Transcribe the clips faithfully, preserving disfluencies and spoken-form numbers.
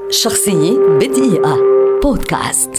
شخصية بدقيقة بودكاست.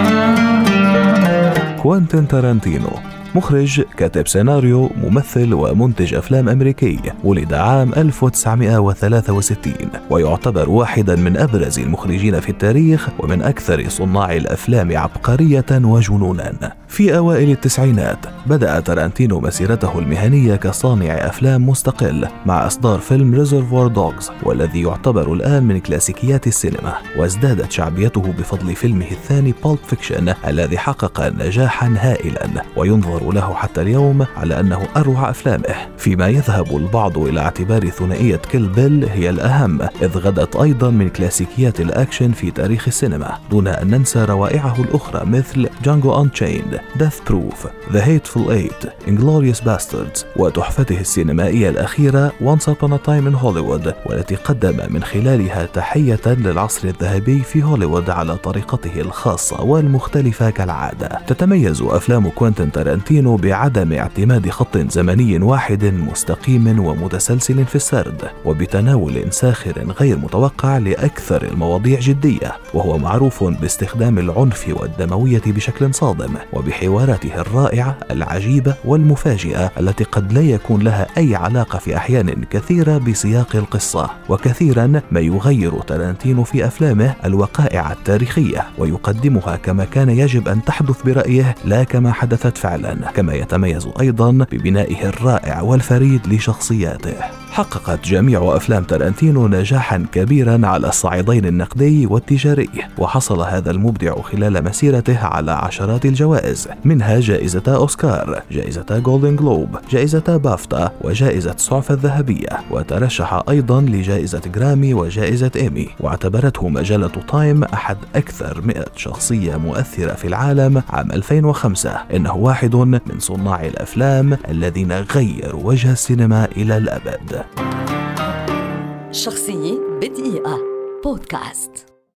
كوينتين تارانتينو مخرج، كاتب سيناريو، ممثل ومنتج أفلام أمريكي. ولد عام ألف وتسعمائة وثلاثة وستين ويعتبر واحدا من أبرز المخرجين في التاريخ ومن أكثر صناع الأفلام عبقرية وجنونا. في أوائل التسعينات بدأ تارانتينو مسيرته المهنية كصانع أفلام مستقل مع إصدار فيلم ريزرفوار دوغز، والذي يعتبر الآن من كلاسيكيات السينما، وازدادت شعبيته بفضل فيلمه الثاني بالب فيكشن الذي حقق نجاحا هائلا وينظر له حتى اليوم على أنه أروع أفلامه، فيما يذهب البعض إلى اعتبار ثنائية كيل بيل هي الأهم، إذ غدت أيضا من كلاسيكيات الأكشن في تاريخ السينما، دون أن ننسى روائعه الأخرى مثل جانجو أنشيند، ديث بروف، ذا هيتفول إيت، إنغلوريوس باستردز، وتحفته السينمائية الأخيرة Once Upon a Time in Hollywood، والتي قدم من خلالها تحية للعصر الذهبي في هوليوود على طريقته الخاصة والمختلفة كالعادة. تتميز أفلام كوينتين تارانتينو بعدم اعتماد خط زمني واحد مستقيم ومتسلسل في السرد، وبتناول ساخر غير متوقع لأكثر المواضيع جدية، وهو معروف باستخدام العنف والدموية بشكل صادم، وبحواراته الرائعة العجيبة والمفاجئة التي قد لا يكون لها أي علاقة في أحيان كثيرة بسياق القصة. وكثيرا ما يغير تارانتينو في أفلامه الوقائع التاريخية ويقدمها كما كان يجب أن تحدث برأيه لا كما حدثت فعلا، كما يتميز أيضا ببنائه الرائع والفريد لشخصياته. حققت جميع أفلام تارانتينو نجاحا كبيرا على الصعيدين النقدي والتجاري، وحصل هذا المبدع خلال مسيرته على عشرات الجوائز، منها جائزة أوسكار، جائزة جولدن جلوب، جائزة بافتا، وجائزة الصعفة الذهبية، وترشح أيضا لجائزة جرامي وجائزة إيمي. واعتبرته مجلة تايم أحد أكثر مئة شخصية مؤثرة في العالم عام ألفين وخمسة. إنه واحد من صناع الأفلام الذين غيروا وجه السينما إلى الأبد. شخصية بدقيقة بودكاست.